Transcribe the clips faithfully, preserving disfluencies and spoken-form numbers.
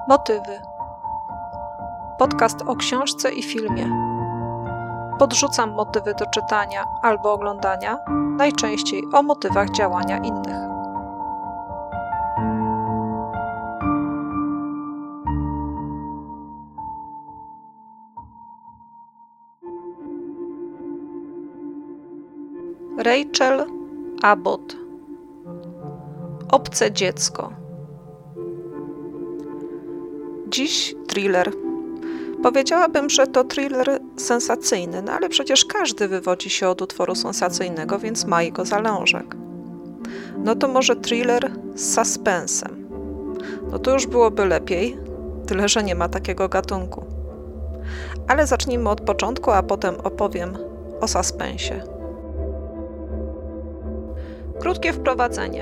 Motywy. Podcast o książce i filmie. Podrzucam motywy do czytania albo oglądania, najczęściej o motywach działania innych. Rachel Abbott. Obce dziecko. Dziś thriller. Powiedziałabym, że to thriller sensacyjny, no ale przecież każdy wywodzi się od utworu sensacyjnego, więc ma jego zalążek. No to może thriller z suspensem. No to już byłoby lepiej, tyle że nie ma takiego gatunku. Ale zacznijmy od początku, a potem opowiem o suspensie. Krótkie wprowadzenie.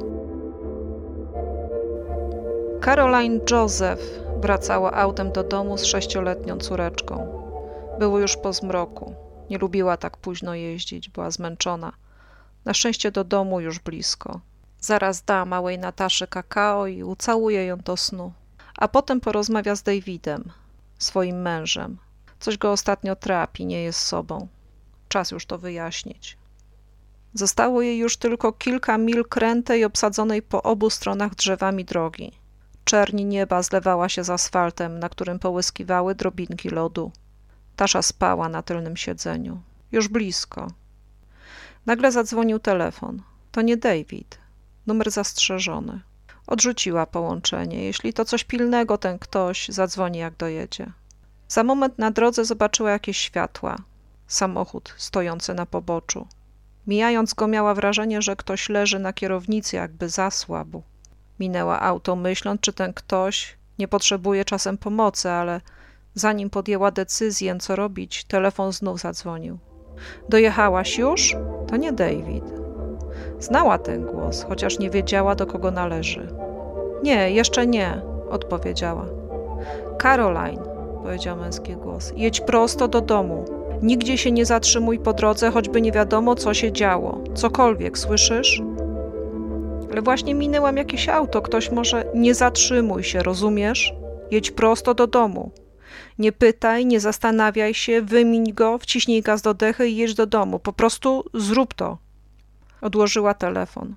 Caroline Joseph wracała autem do domu z sześcioletnią córeczką. Było już po zmroku. Nie lubiła tak późno jeździć, była zmęczona. Na szczęście do domu już blisko. Zaraz da małej Nataszy kakao i ucałuje ją do snu. A potem porozmawia z Davidem, swoim mężem. Coś go ostatnio trapi, nie jest sobą. Czas już to wyjaśnić. Zostało jej już tylko kilka mil krętej, obsadzonej po obu stronach drzewami drogi. Czerń nieba zlewała się z asfaltem, na którym połyskiwały drobinki lodu. Tasza spała na tylnym siedzeniu. Już blisko. Nagle zadzwonił telefon. To nie David. Numer zastrzeżony. Odrzuciła połączenie. Jeśli to coś pilnego, ten ktoś zadzwoni jak dojedzie. Za moment na drodze zobaczyła jakieś światła. Samochód stojący na poboczu. Mijając go miała wrażenie, że ktoś leży na kierownicy, jakby zasłabł. Minęła auto, myśląc, czy ten ktoś nie potrzebuje czasem pomocy, ale zanim podjęła decyzję, co robić, telefon znów zadzwonił. Dojechałaś już? To nie David. Znała ten głos, chociaż nie wiedziała, do kogo należy. Nie, jeszcze nie, odpowiedziała. Caroline, powiedział męski głos, jedź prosto do domu. Nigdzie się nie zatrzymuj po drodze, choćby nie wiadomo, co się działo. Cokolwiek, słyszysz? Ale właśnie minęłam jakieś auto. Ktoś może... Nie zatrzymuj się, rozumiesz? Jedź prosto do domu. Nie pytaj, nie zastanawiaj się, wymiń go, wciśnij gaz do dechy i jedź do domu. Po prostu zrób to. Odłożyła telefon.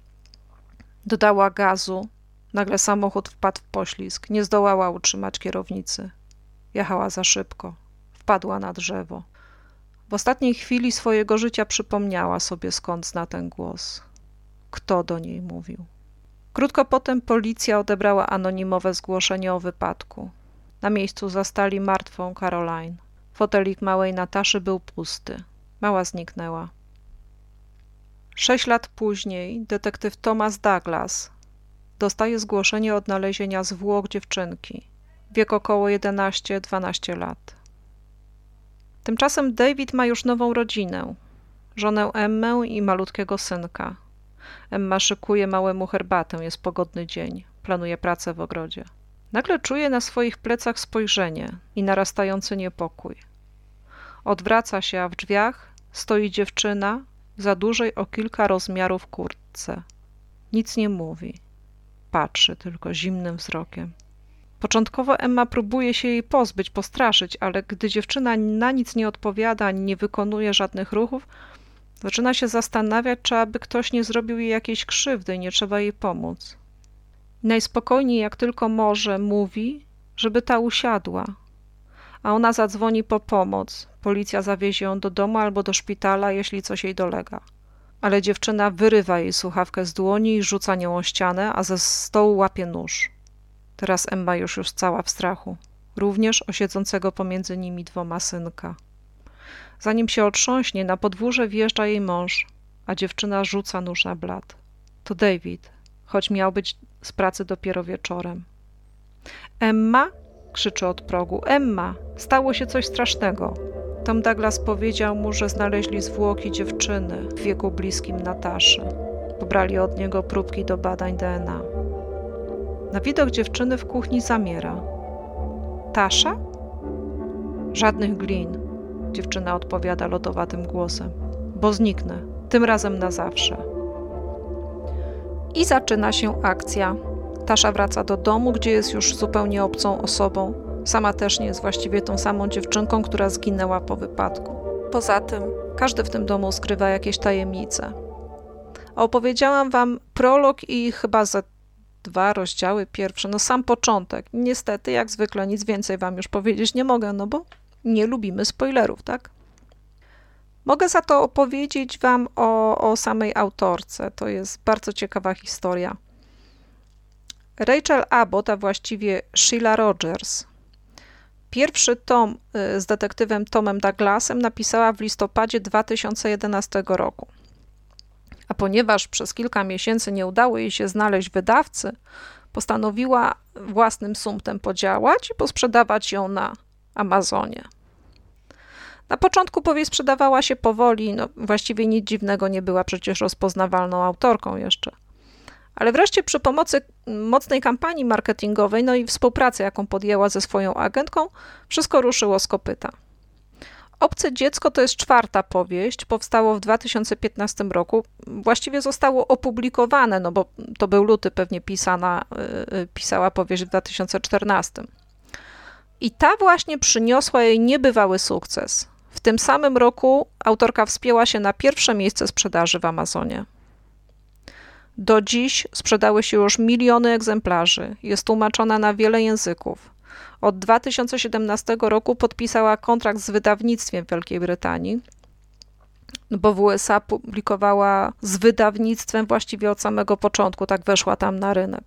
Dodała gazu. Nagle samochód wpadł w poślizg. Nie zdołała utrzymać kierownicy. Jechała za szybko. Wpadła na drzewo. W ostatniej chwili swojego życia przypomniała sobie, skąd zna ten głos. Kto do niej mówił. Krótko potem policja odebrała anonimowe zgłoszenie o wypadku. Na miejscu zastali martwą Caroline. Fotelik małej Nataszy był pusty. Mała zniknęła. Sześć lat później detektyw Thomas Douglas dostaje zgłoszenie o odnalezienia zwłok dziewczynki. Wiek około jedenaście dwanaście lat. Tymczasem David ma już nową rodzinę. Żonę Emmę i malutkiego synka. Emma szykuje małemu herbatę, jest pogodny dzień. Planuje pracę w ogrodzie. Nagle czuje na swoich plecach spojrzenie i narastający niepokój. Odwraca się, a w drzwiach stoi dziewczyna w za dużej o kilka rozmiarów kurtce. Nic nie mówi. Patrzy tylko zimnym wzrokiem. Początkowo Emma próbuje się jej pozbyć, postraszyć, ale gdy dziewczyna na nic nie odpowiada ani nie wykonuje żadnych ruchów, zaczyna się zastanawiać, czy aby ktoś nie zrobił jej jakiejś krzywdy i nie trzeba jej pomóc. Najspokojniej jak tylko może mówi, żeby ta usiadła, a ona zadzwoni po pomoc. Policja zawiezie ją do domu albo do szpitala, jeśli coś jej dolega. Ale dziewczyna wyrywa jej słuchawkę z dłoni i rzuca nią o ścianę, a ze stołu łapie nóż. Teraz Emma już już cała w strachu, również o siedzącego pomiędzy nimi dwoma synka. Zanim się otrząśnie, na podwórze wjeżdża jej mąż, a dziewczyna rzuca nóż na blat. To David, choć miał być z pracy dopiero wieczorem. Emma? Krzyczy od progu. Emma! Stało się coś strasznego. Tom Douglas powiedział mu, że znaleźli zwłoki dziewczyny w wieku bliskim Nataszy. Pobrali od niego próbki do badań D N A. Na widok dziewczyny w kuchni zamiera. Tasza? Żadnych glin. Dziewczyna odpowiada lodowatym głosem. Bo zniknę. Tym razem na zawsze. I zaczyna się akcja. Tasza wraca do domu, gdzie jest już zupełnie obcą osobą. Sama też nie jest właściwie tą samą dziewczynką, która zginęła po wypadku. Poza tym każdy w tym domu skrywa jakieś tajemnice. Opowiedziałam wam prolog i chyba ze dwa rozdziały pierwsze, no sam początek. Niestety, jak zwykle, nic więcej wam już powiedzieć nie mogę, no bo nie lubimy spoilerów, tak? Mogę za to opowiedzieć wam o, o samej autorce. To jest bardzo ciekawa historia. Rachel Abbott, a właściwie Sheila Rogers, pierwszy tom z detektywem Tomem Douglasem napisała w listopadzie dwa tysiące jedenastego roku. A ponieważ przez kilka miesięcy nie udało jej się znaleźć wydawcy, postanowiła własnym sumptem podziałać i posprzedawać ją na Amazonie. Na początku powieść sprzedawała się powoli, no właściwie nic dziwnego, nie była przecież rozpoznawalną autorką jeszcze. Ale wreszcie przy pomocy mocnej kampanii marketingowej, no i współpracy, jaką podjęła ze swoją agentką, wszystko ruszyło z kopyta. Obce dziecko to jest czwarta powieść, powstało w dwa tysiące piętnastym roku. Właściwie zostało opublikowane, no bo to był luty, pewnie pisana, yy, pisała powieść w dwa tysiące czternastym. I ta właśnie przyniosła jej niebywały sukces. W tym samym roku autorka wspięła się na pierwsze miejsce sprzedaży w Amazonie. Do dziś sprzedały się już miliony egzemplarzy, jest tłumaczona na wiele języków. Od dwa tysiące siedemnastego roku podpisała kontrakt z wydawnictwem w Wielkiej Brytanii, bo w U S A publikowała z wydawnictwem właściwie od samego początku, tak weszła tam na rynek.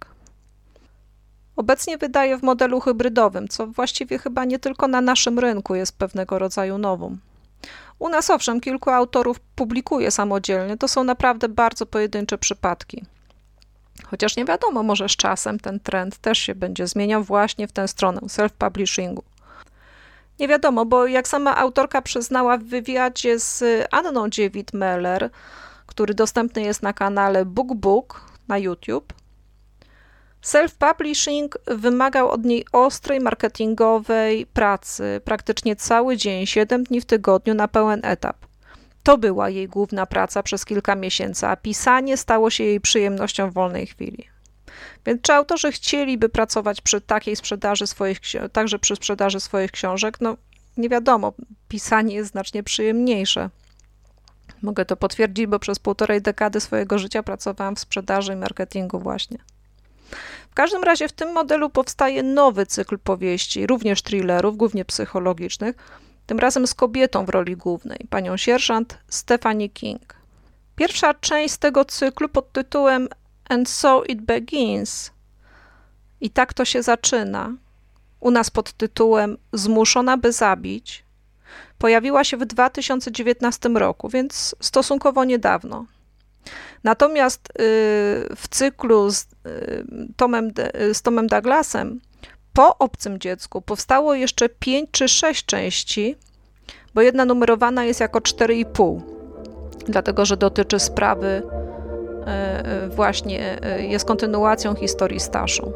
Obecnie wydaje w modelu hybrydowym, co właściwie chyba nie tylko na naszym rynku jest pewnego rodzaju nowum. U nas owszem, kilku autorów publikuje samodzielnie, to są naprawdę bardzo pojedyncze przypadki. Chociaż nie wiadomo, może z czasem ten trend też się będzie zmieniał właśnie w tę stronę self-publishingu. Nie wiadomo, bo jak sama autorka przyznała w wywiadzie z Anną Dziewit-Meller, który dostępny jest na kanale BookBook na YouTube, self-publishing wymagał od niej ostrej marketingowej pracy, praktycznie cały dzień, siedem dni w tygodniu na pełen etap. To była jej główna praca przez kilka miesięcy, a pisanie stało się jej przyjemnością w wolnej chwili. Więc czy autorzy chcieliby pracować przy takiej sprzedaży swoich, także przy sprzedaży swoich książek? No nie wiadomo, pisanie jest znacznie przyjemniejsze. Mogę to potwierdzić, bo przez półtorej dekady swojego życia pracowałam w sprzedaży i marketingu właśnie. W każdym razie w tym modelu powstaje nowy cykl powieści, również thrillerów, głównie psychologicznych, tym razem z kobietą w roli głównej, panią sierżant Stephanie King. Pierwsza część z tego cyklu pod tytułem And So It Begins, i tak to się zaczyna, u nas pod tytułem Zmuszona by zabić, pojawiła się w dwa tysiące dziewiętnastym roku, więc stosunkowo niedawno. Natomiast w cyklu z Tomem, z Tomem Douglasem po Obcym dziecku powstało jeszcze pięć czy sześć części, bo jedna numerowana jest jako cztery i pół, dlatego że dotyczy sprawy, właśnie jest kontynuacją historii z Taszą.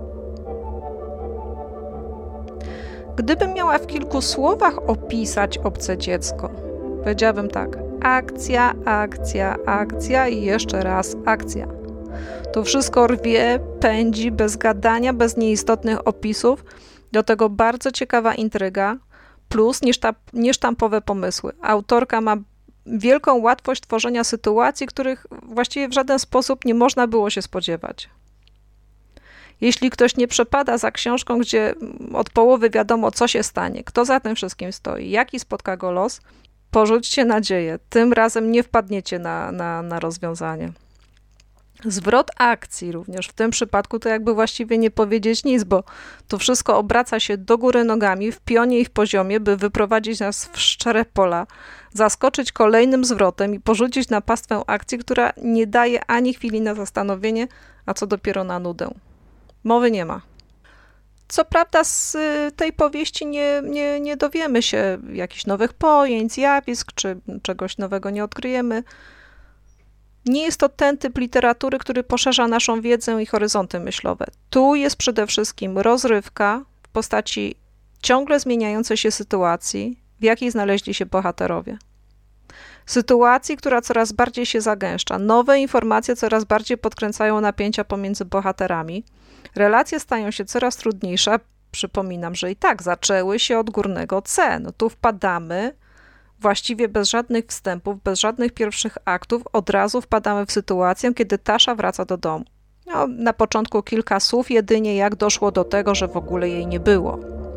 Gdybym miała w kilku słowach opisać Obce dziecko, powiedziałabym tak: akcja, akcja, akcja i jeszcze raz akcja. To wszystko rwie, pędzi, bez gadania, bez nieistotnych opisów, do tego bardzo ciekawa intryga, plus niesztampowe pomysły. Autorka ma wielką łatwość tworzenia sytuacji, których właściwie w żaden sposób nie można było się spodziewać. Jeśli ktoś nie przepada za książką, gdzie od połowy wiadomo, co się stanie, kto za tym wszystkim stoi, jaki spotka go los, porzućcie nadzieję. Tym razem nie wpadniecie na, na, na rozwiązanie. Zwrot akcji również w tym przypadku to jakby właściwie nie powiedzieć nic, bo to wszystko obraca się do góry nogami w pionie i w poziomie, by wyprowadzić nas w szczere pola, zaskoczyć kolejnym zwrotem i porzucić na pastwę akcji, która nie daje ani chwili na zastanowienie, a co dopiero na nudę. Mowy nie ma. Co prawda z tej powieści nie, nie, nie dowiemy się jakichś nowych pojęć, zjawisk, czy czegoś nowego nie odkryjemy. Nie jest to ten typ literatury, który poszerza naszą wiedzę i horyzonty myślowe. Tu jest przede wszystkim rozrywka w postaci ciągle zmieniającej się sytuacji, w jakiej znaleźli się bohaterowie. sytuacji, która coraz bardziej się zagęszcza. Nowe informacje coraz bardziej podkręcają napięcia pomiędzy bohaterami. Relacje stają się coraz trudniejsze. Przypominam, że i tak zaczęły się od górnego C. No tu wpadamy, właściwie bez żadnych wstępów, bez żadnych pierwszych aktów, od razu wpadamy w sytuację, kiedy Tasza wraca do domu. No, na początku kilka słów jedynie, jak doszło do tego, że w ogóle jej nie było.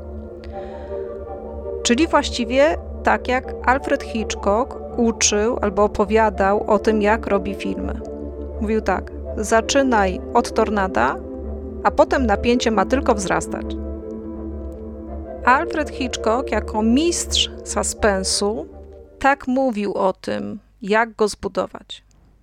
Czyli właściwie tak jak Alfred Hitchcock uczył albo opowiadał o tym, jak robi filmy. Mówił tak, zaczynaj od tornada, a potem napięcie ma tylko wzrastać. Alfred Hitchcock jako mistrz suspensu tak mówił o tym, jak go zbudować.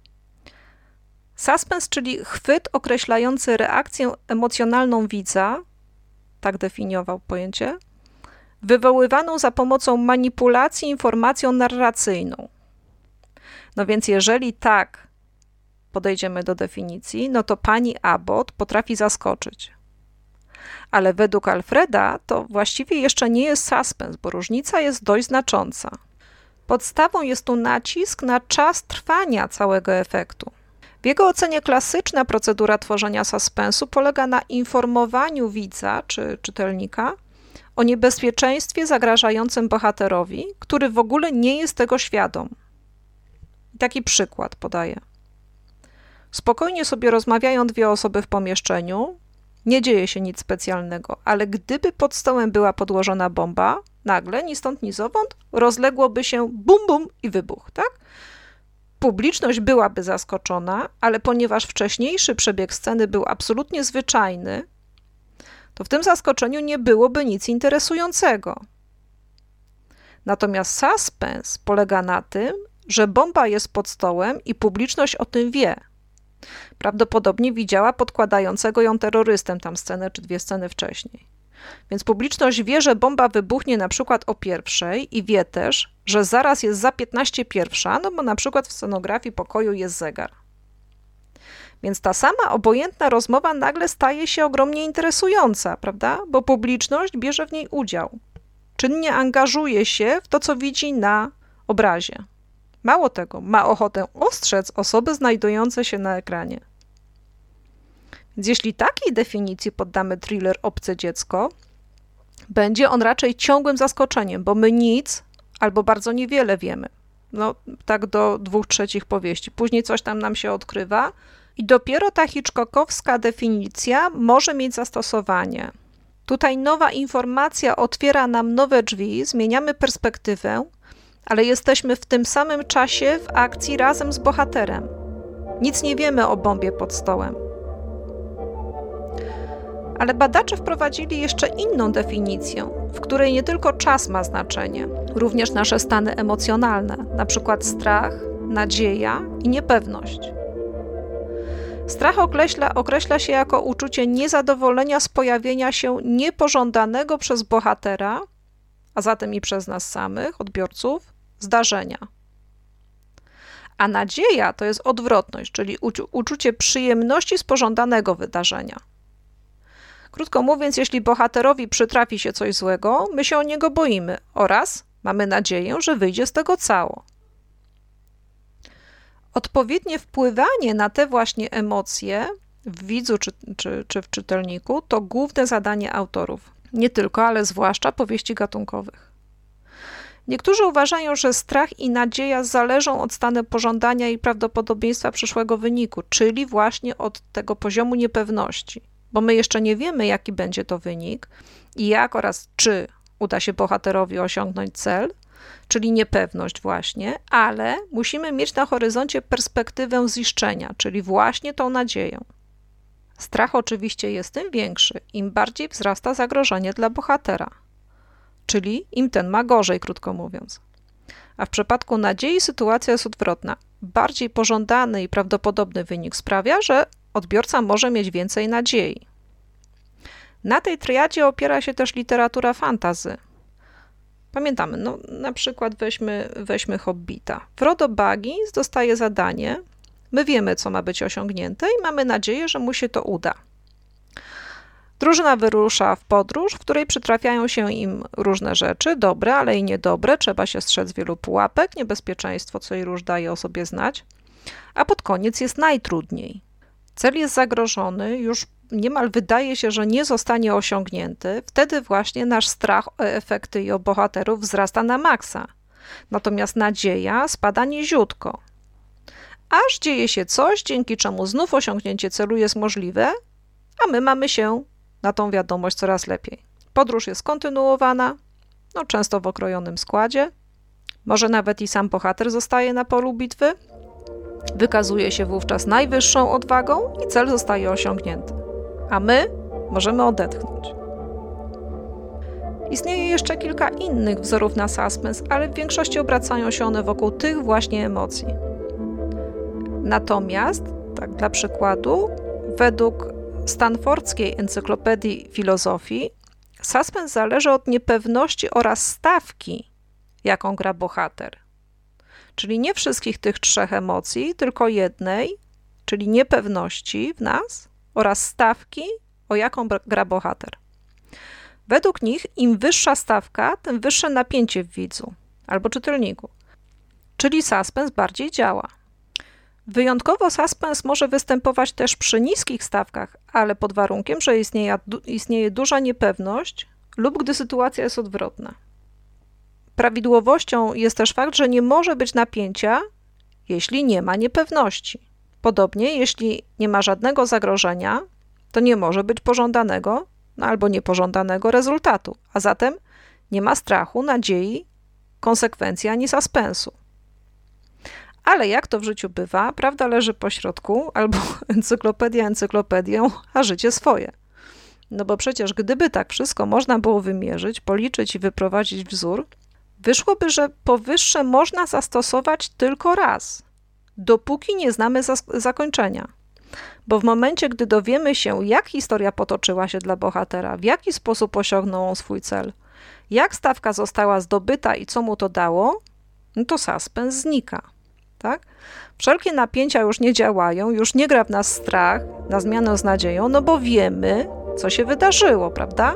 Suspens, czyli chwyt określający reakcję emocjonalną widza, tak definiował pojęcie, wywoływaną za pomocą manipulacji informacją narracyjną. No więc jeżeli tak podejdziemy do definicji, no to pani Abbott potrafi zaskoczyć. Ale według Alfreda to właściwie jeszcze nie jest suspens, bo różnica jest dość znacząca. Podstawą jest tu nacisk na czas trwania całego efektu. W jego ocenie klasyczna procedura tworzenia suspensu polega na informowaniu widza czy czytelnika o niebezpieczeństwie zagrażającym bohaterowi, który w ogóle nie jest tego świadom. Taki przykład podaję. Spokojnie sobie rozmawiają dwie osoby w pomieszczeniu, nie dzieje się nic specjalnego, ale gdyby pod stołem była podłożona bomba, nagle, ni stąd, ni zowąd, rozległoby się bum, bum i wybuch, tak? Publiczność byłaby zaskoczona, ale ponieważ wcześniejszy przebieg sceny był absolutnie zwyczajny, to w tym zaskoczeniu nie byłoby nic interesującego. Natomiast suspens polega na tym, że bomba jest pod stołem i publiczność o tym wie. Prawdopodobnie widziała podkładającego ją terrorystę tam scenę czy dwie sceny wcześniej. Więc publiczność wie, że bomba wybuchnie na przykład o pierwszej i wie też, że zaraz jest za piętnaście pierwsza, no bo na przykład w scenografii pokoju jest zegar. Więc ta sama obojętna rozmowa nagle staje się ogromnie interesująca, prawda? Bo publiczność bierze w niej udział. Czynnie angażuje się w to, co widzi na obrazie. Mało tego, ma ochotę ostrzec osoby znajdujące się na ekranie. Więc jeśli takiej definicji poddamy thriller Obce dziecko, będzie on raczej ciągłym zaskoczeniem, bo my nic albo bardzo niewiele wiemy. No tak do dwóch trzecich powieści. Później coś tam nam się odkrywa i dopiero ta hitchcockowska definicja może mieć zastosowanie. Tutaj nowa informacja otwiera nam nowe drzwi, zmieniamy perspektywę, ale jesteśmy w tym samym czasie w akcji razem z bohaterem. Nic nie wiemy o bombie pod stołem. Ale badacze wprowadzili jeszcze inną definicję, w której nie tylko czas ma znaczenie, również nasze stany emocjonalne, na przykład strach, nadzieja i niepewność. Strach określa, określa się jako uczucie niezadowolenia z pojawienia się niepożądanego przez bohatera, a zatem i przez nas samych, odbiorców, zdarzenia. A nadzieja to jest odwrotność, czyli uczu- uczucie przyjemności z pożądanego wydarzenia. Krótko mówiąc, jeśli bohaterowi przytrafi się coś złego, my się o niego boimy oraz mamy nadzieję, że wyjdzie z tego cało. Odpowiednie wpływanie na te właśnie emocje w widzu czy, czy, czy w czytelniku to główne zadanie autorów. Nie tylko, ale zwłaszcza powieści gatunkowych. Niektórzy uważają, że strach i nadzieja zależą od stanu pożądania i prawdopodobieństwa przyszłego wyniku, czyli właśnie od tego poziomu niepewności, bo my jeszcze nie wiemy, jaki będzie to wynik i jak oraz czy uda się bohaterowi osiągnąć cel, czyli niepewność właśnie, ale musimy mieć na horyzoncie perspektywę ziszczenia, czyli właśnie tą nadzieję. Strach oczywiście jest tym większy, im bardziej wzrasta zagrożenie dla bohatera, czyli im ten ma gorzej, krótko mówiąc. A w przypadku nadziei sytuacja jest odwrotna. Bardziej pożądany i prawdopodobny wynik sprawia, że odbiorca może mieć więcej nadziei. Na tej triadzie opiera się też literatura fantasy. Pamiętamy, no na przykład weźmy, weźmy Hobbita. Frodo Baggins dostaje zadanie, my wiemy, co ma być osiągnięte i mamy nadzieję, że mu się to uda. Drużyna wyrusza w podróż, w której przytrafiają się im różne rzeczy, dobre, ale i niedobre. Trzeba się strzec wielu pułapek, niebezpieczeństwo, co i róż daje o sobie znać. A pod koniec jest najtrudniej. Cel jest zagrożony, już niemal wydaje się, że nie zostanie osiągnięty. Wtedy właśnie nasz strach o efekty i o bohaterów wzrasta na maksa. Natomiast nadzieja spada niziutko. Aż dzieje się coś, dzięki czemu znów osiągnięcie celu jest możliwe, a my mamy się na tą wiadomość coraz lepiej. Podróż jest kontynuowana, no często w okrojonym składzie. Może nawet i sam bohater zostaje na polu bitwy. Wykazuje się wówczas najwyższą odwagą i cel zostaje osiągnięty. A my możemy odetchnąć. Istnieje jeszcze kilka innych wzorów na suspens, ale w większości obracają się one wokół tych właśnie emocji. Natomiast, tak dla przykładu, według Stanfordzkiej Encyklopedii Filozofii, suspens zależy od niepewności oraz stawki, jaką gra bohater. Czyli nie wszystkich tych trzech emocji, tylko jednej, czyli niepewności w nas oraz stawki, o jaką gra bohater. Według nich im wyższa stawka, tym wyższe napięcie w widzu albo czytelniku, czyli suspens bardziej działa. Wyjątkowo suspens może występować też przy niskich stawkach, ale pod warunkiem, że istnieje, istnieje duża niepewność lub gdy sytuacja jest odwrotna. Prawidłowością jest też fakt, że nie może być napięcia, jeśli nie ma niepewności. Podobnie, jeśli nie ma żadnego zagrożenia, to nie może być pożądanego no albo niepożądanego rezultatu, a zatem nie ma strachu, nadziei, konsekwencji ani suspensu. Ale jak to w życiu bywa, prawda leży po środku, albo encyklopedia encyklopedią, a życie swoje. No bo przecież gdyby tak wszystko można było wymierzyć, policzyć i wyprowadzić wzór, wyszłoby, że powyższe można zastosować tylko raz, dopóki nie znamy zas- zakończenia. Bo w momencie, gdy dowiemy się, jak historia potoczyła się dla bohatera, w jaki sposób osiągnął on swój cel, jak stawka została zdobyta i co mu to dało, no to suspens znika. Tak? Wszelkie napięcia już nie działają, już nie gra w nas strach na zmianę z nadzieją, no bo wiemy, co się wydarzyło, prawda?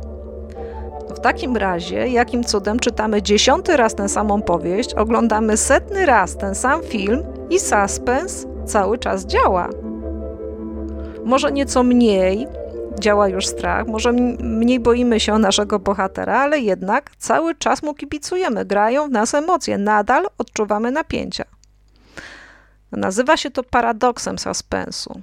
No w takim razie, jakim cudem czytamy dziesiąty raz tę samą powieść, oglądamy setny raz ten sam film i suspens cały czas działa. Może nieco mniej działa już strach, może mniej boimy się naszego bohatera, ale jednak cały czas mu kibicujemy, grają w nas emocje, nadal odczuwamy napięcia. Nazywa się to paradoksem suspensu.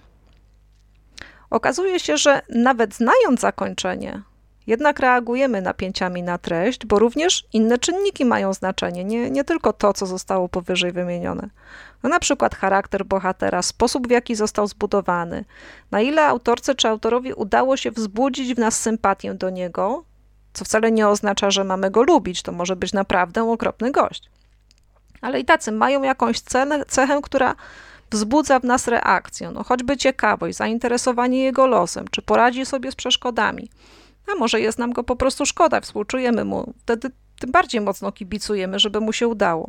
Okazuje się, że nawet znając zakończenie, jednak reagujemy napięciami na treść, bo również inne czynniki mają znaczenie, nie, nie tylko to, co zostało powyżej wymienione. No, na przykład charakter bohatera, sposób, w jaki został zbudowany, na ile autorce czy autorowi udało się wzbudzić w nas sympatię do niego, co wcale nie oznacza, że mamy go lubić, to może być naprawdę okropny gość. Ale i tacy mają jakąś cechę, cechę, która wzbudza w nas reakcję, no choćby ciekawość, zainteresowanie jego losem, czy poradzi sobie z przeszkodami. A może jest nam go po prostu szkoda, współczujemy mu, wtedy tym bardziej mocno kibicujemy, żeby mu się udało.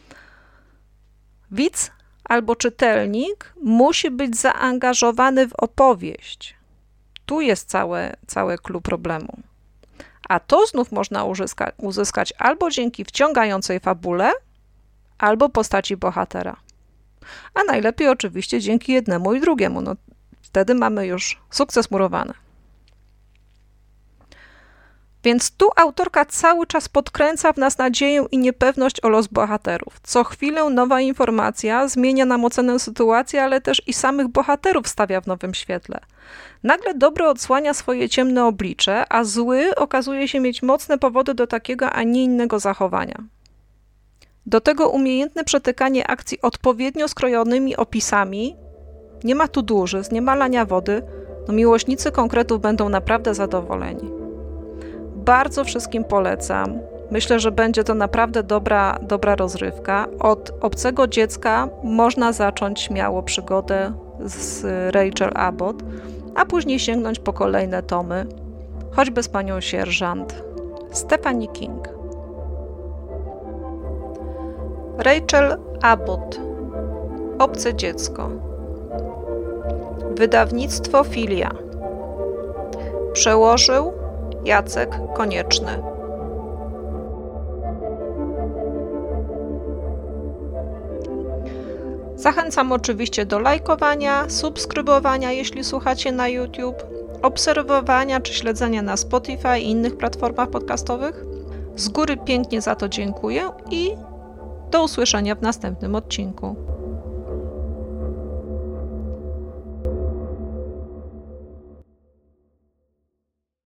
Widz albo czytelnik musi być zaangażowany w opowieść. Tu jest całe, całe clou problemu. A to znów można uzyska, uzyskać albo dzięki wciągającej fabule, albo postaci bohatera. A najlepiej oczywiście dzięki jednemu i drugiemu. No, wtedy mamy już sukces murowany. Więc tu autorka cały czas podkręca w nas nadzieję i niepewność o los bohaterów. Co chwilę nowa informacja zmienia nam ocenę sytuacji, ale też i samych bohaterów stawia w nowym świetle. Nagle dobry odsłania swoje ciemne oblicze, a zły okazuje się mieć mocne powody do takiego, a nie innego zachowania. Do tego umiejętne przetykanie akcji odpowiednio skrojonymi opisami, nie ma tu dłużyzn, nie ma lania wody, no miłośnicy konkretów będą naprawdę zadowoleni. Bardzo wszystkim polecam. Myślę, że będzie to naprawdę dobra, dobra rozrywka. Od Obcego dziecka można zacząć śmiało przygodę z Rachel Abbott, a później sięgnąć po kolejne tomy, choćby z panią sierżant Stephanie King. Rachel Abbott. Obce dziecko. Wydawnictwo Filia. Przełożył Jacek Konieczny. Zachęcam oczywiście do lajkowania, subskrybowania, jeśli słuchacie na YouTube, obserwowania czy śledzenia na Spotify i innych platformach podcastowych. Z góry pięknie za to dziękuję i do usłyszenia w następnym odcinku.